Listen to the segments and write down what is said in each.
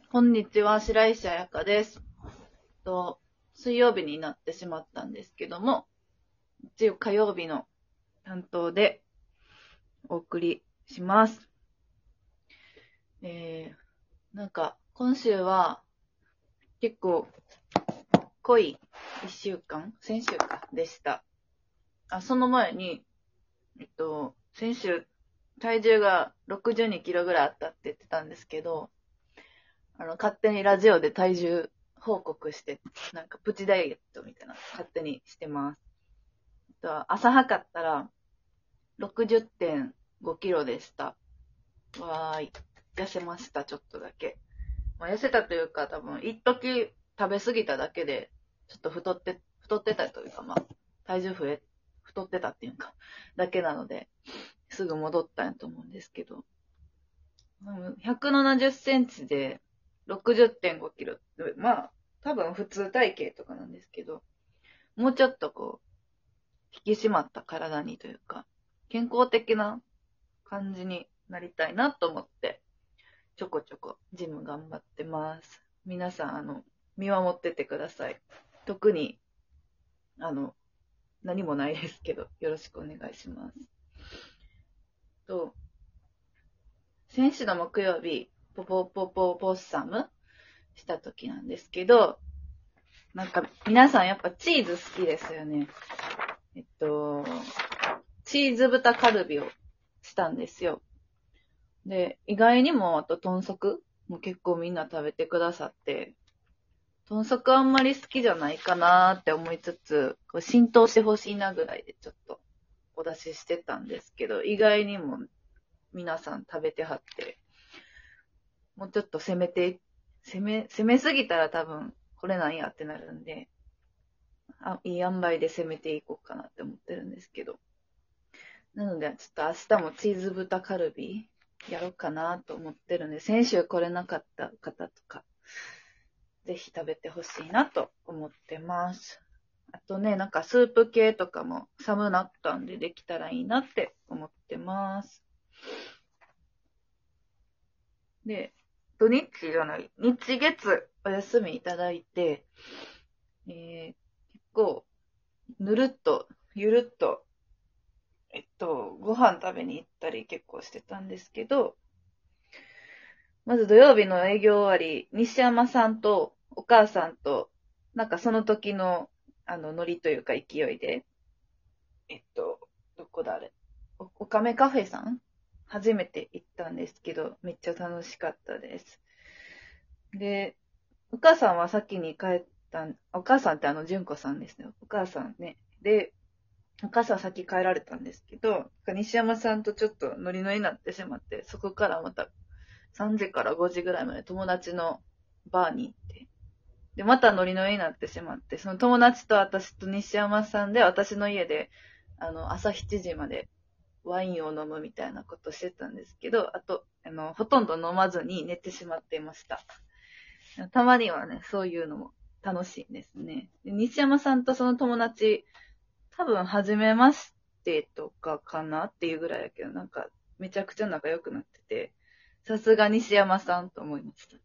こんにちは、白石彩香です。水曜日になってしまったんですけども、一応火曜日の担当でお送りします。今週は結構濃い先週かでした。その前に、先週体重が62キロぐらいあったって言ってたんですけど、勝手にラジオで体重報告して、プチダイエットみたいな勝手にしてます。朝測ったら 60.5 キロでした。わーい。痩せました、ちょっとだけ。痩せたというか、多分、一時食べ過ぎただけで、ちょっと太ってたというか、体重太ってたっていうか、だけなので、すぐ戻ったんやと思うんですけど、170センチで 60.5 キロ。多分普通体型とかなんですけど、もうちょっと引き締まった体にというか、健康的な感じになりたいなと思って、ちょこちょこジム頑張ってます。皆さん、見守っててください。特に、何もないですけど、よろしくお願いします。先週の木曜日、ポッサムした時なんですけど、皆さんやっぱチーズ好きですよね。チーズ豚カルビをしたんですよ。で、意外にも、あと豚足も結構みんな食べてくださって、豚足あんまり好きじゃないかなーって思いつつ、浸透してほしいなぐらいでちょっとお出ししてたんですけど、意外にも皆さん食べてはって、もうちょっと攻めすぎたら多分これなんやってなるんで、いい塩梅で攻めていこうかなって思ってるんですけど。なので、ちょっと明日もチーズ豚カルビやろうかなと思ってるんで、先週来れなかった方とか、ぜひ食べてほしいなと思ってます。あとね、スープ系とかも寒なったんでできたらいいなって思ってます。で、日月お休みいただいて、結構、ぬるっと、ゆるっと、ご飯食べに行ったり結構してたんですけど、まず土曜日の営業終わり、西山さんとお母さんと、その時の、ノリというか勢いで、どこだあれ。おかめカフェさん初めて行ったんですけど、めっちゃ楽しかったです。で、お母さんは先に帰お母さんって純子さんですね。お母さんね。で、お母さん先帰られたんですけど、西山さんとちょっとノリノリになってしまって、そこからまた3時から5時ぐらいまで友達のバーに行って、で、またノリノリになってしまって、その友達と私と西山さんで私の家で、朝7時までワインを飲むみたいなことしてたんですけど、あと、ほとんど飲まずに寝てしまっていました。たまにはね、そういうのも楽しいんですね。で西山さんとその友達、多分、初めましてとかかなっていうぐらいだけど、めちゃくちゃ仲良くなってて、さすが西山さんと思いました。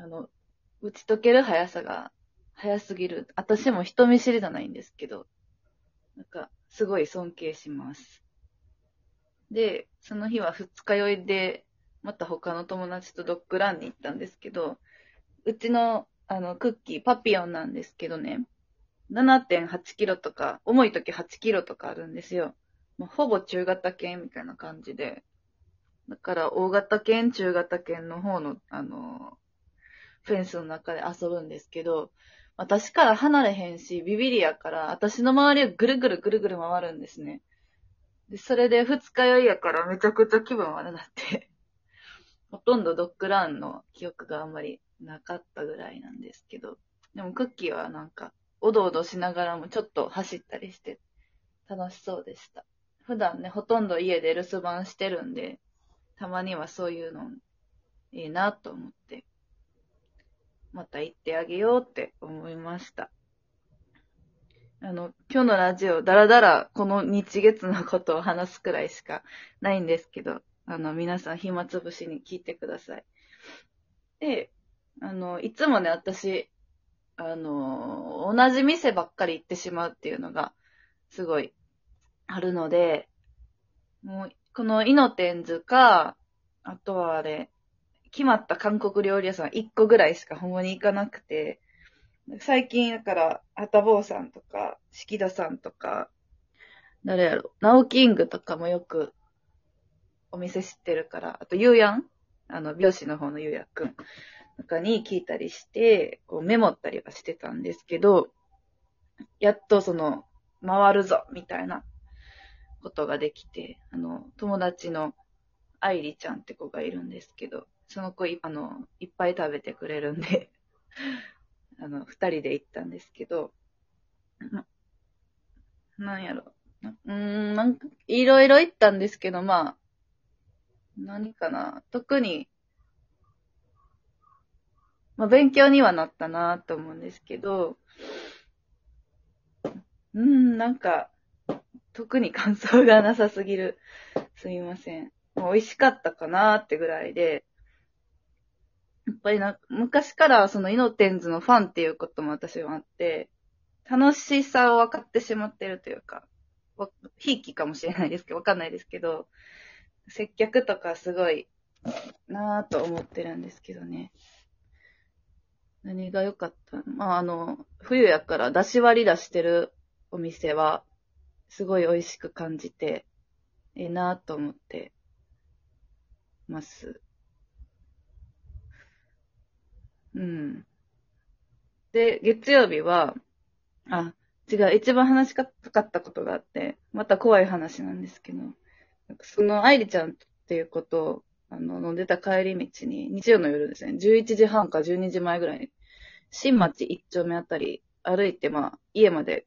打ち解ける速さが速すぎる。私も人見知りじゃないんですけど、すごい尊敬します。で、その日は二日酔いで、また他の友達とドッグランに行ったんですけど、うちの、クッキー、パピヨンなんですけどね、7.8 キロとか、重い時8キロとかあるんですよ。ほぼ中型犬みたいな感じで。だから大型犬、中型犬の方の、フェンスの中で遊ぶんですけど、私から離れへんし、ビビリやから、私の周りをぐるぐるぐるぐる回るんですね。で、それで二日酔いやからめちゃくちゃ気分悪なって、ほとんどドッグランの記憶があんまりなかったぐらいなんですけど、でもクッキーはおどおどしながらもちょっと走ったりして楽しそうでした。普段ね、ほとんど家で留守番してるんで、たまにはそういうのいいなと思って、また行ってあげようって思いました。今日のラジオ、だらだらこの日月のことを話すくらいしかないんですけど、皆さん暇つぶしに聞いてください。で、 いつもね、私、同じ店ばっかり行ってしまうっていうのが、すごいあるので、もう、このイノテンズか、あとはあれ、決まった韓国料理屋さん1個ぐらいしかほんまに行かなくて、最近だから、アタボーさんとか、シキダさんとか、誰やろ、ナオキングとかもよくお店知ってるから、あとユーヤン美容師の方のユーヤくんとかに聞いたりして、こうメモったりはしてたんですけど、やっと回るぞみたいなことができて、友達の愛梨ちゃんって子がいるんですけど、その子いっぱい食べてくれるんで、二人で行ったんですけど、なんやろ。なんか、いろいろ行ったんですけど、まあ、何かな。特に、まあ、勉強にはなったなと思うんですけど、なんか、特に感想がなさすぎる。すみません。もう美味しかったかなってぐらいで、やっぱり昔からそのイノテンズのファンっていうことも私はあって、楽しさを分かってしまってるというか、ひいきかもしれないですけど、わかんないですけど、接客とかすごいなぁと思ってるんですけどね。何が良かったの？まあ、冬やから出し割り出してるお店は、すごい美味しく感じて、ええなぁと思ってます。うん。で、月曜日は、あ、違う、一番話したかったことがあって、また怖い話なんですけど、その愛梨ちゃんっていうことを、飲んでた帰り道に、日曜の夜ですね、11時半か12時前ぐらいに、新町一丁目あたり歩いて、まあ、家まで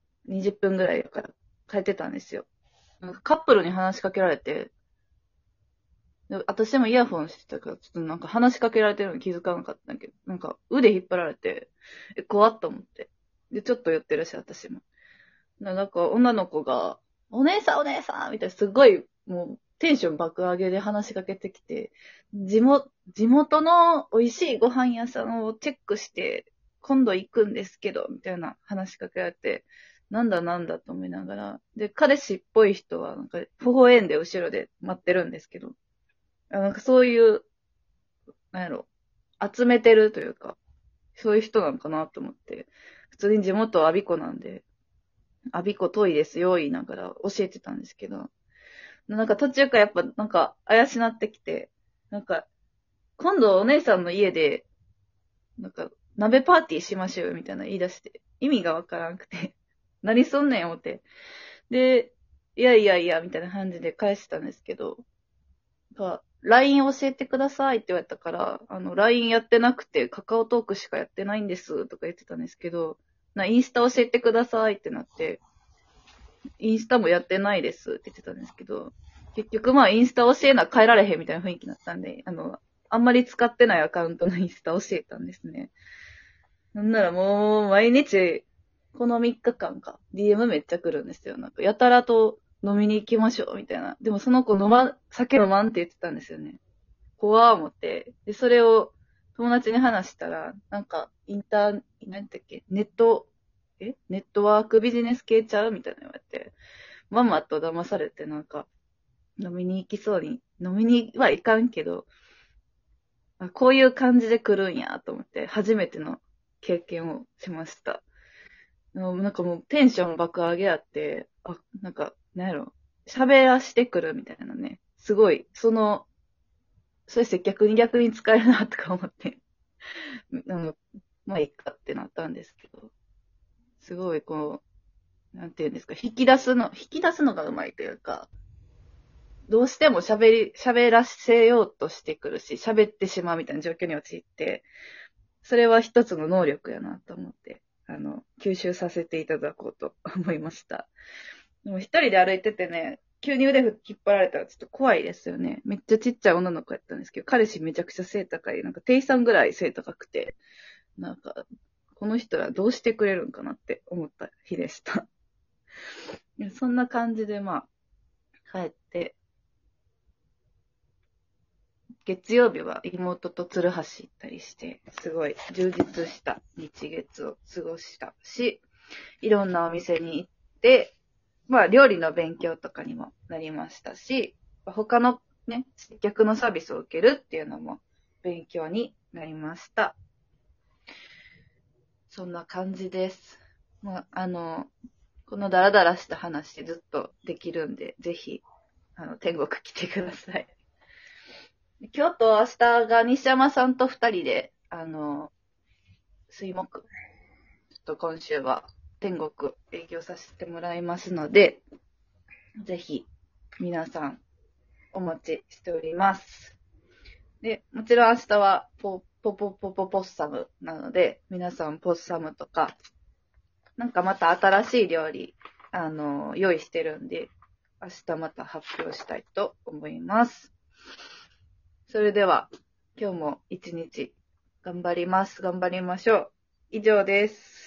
20分ぐらいから帰ってたんですよ。なんかカップルに話しかけられて、で私もイヤホンしてたから、ちょっとなんか話しかけられてるのに気づかなかったんだけど、なんか腕引っ張られて、怖っと思って。で、ちょっと寄ってるし、私も。なんか女の子が、お姉さんお姉さんみたいな、すごい、もう、テンション爆上げで話しかけてきて、地元の美味しいご飯屋さんをチェックして、今度行くんですけど、みたいな話しかけられて、なんだなんだと思いながら、で、彼氏っぽい人は、なんか、微笑んで後ろで待ってるんですけど、なんかそういう、なんやろ、集めてるというか、そういう人なんかなと思って、普通に地元は我孫子なんで、我孫子遠いですよ、言いながら教えてたんですけど、なんか途中からやっぱなんか怪しなってきて、なんか、今度お姉さんの家で、なんか、鍋パーティーしましょうよみたいな言い出して、意味がわからんくて、何すんねん思って。で、いやいやいや、みたいな感じで返したんですけど、LINE 教えてくださいって言われたから、LINE やってなくて、カカオトークしかやってないんですとか言ってたんですけど、インスタ教えてくださいってなって、インスタもやってないですって言ってたんですけど、結局まあインスタ教えな変えられへんみたいな雰囲気になったんで、あんまり使ってないアカウントのインスタ教えたんですね。なんならもう毎日、この3日間か、DM めっちゃ来るんですよ。なんか、やたらと飲みに行きましょうみたいな。でもその子酒飲まんって言ってたんですよね。怖ー思って。で、それを友達に話したら、なんか、なんだっけ、ネットワークビジネス系ちゃうみたいな言われて、ママと騙されてなんか、飲みに行きそうに、飲みにはいかんけど、こういう感じで来るんやと思って、初めての経験をしました。なんかもうテンション爆上げあって、なんか、なんやろ、喋らしてくるみたいなね。すごい、それ接客に逆に使えるなとか思って、まあいいかってなったんですけど、すごいなんていうんですか、引き出すのがうまいというか、どうしても喋らせようとしてくるし、喋ってしまうみたいな状況に陥って、それは一つの能力やなと思って、吸収させていただこうと思いました。でも一人で歩いててね、急に腕引っ張られたらちょっと怖いですよね。めっちゃちっちゃい女の子やったんですけど、彼氏めちゃくちゃ背高い、なんか、テイさんぐらい背高くて、なんか、この人らどうしてくれるんかなって思った日でした。そんな感じで、まあ、帰って、 月曜日は妹と鶴橋行ったりして、すごい充実した日月を過ごしたし、いろんなお店に行って、まあ料理の勉強とかにもなりましたし、他のね、接客のサービスを受けるっていうのも勉強になりました。そんな感じです。まあ、このダラダラした話ずっとできるんで、ぜひ、天国来てください。今日と明日が西山さんと二人で、水木、ちょっと今週は天国営業させてもらいますので、ぜひ皆さんお待ちしております。で、もちろん明日はポッサムなので、皆さんポッサムとか、なんかまた新しい料理、用意してるんで、明日また発表したいと思います。それでは、今日も一日頑張ります。頑張りましょう。以上です。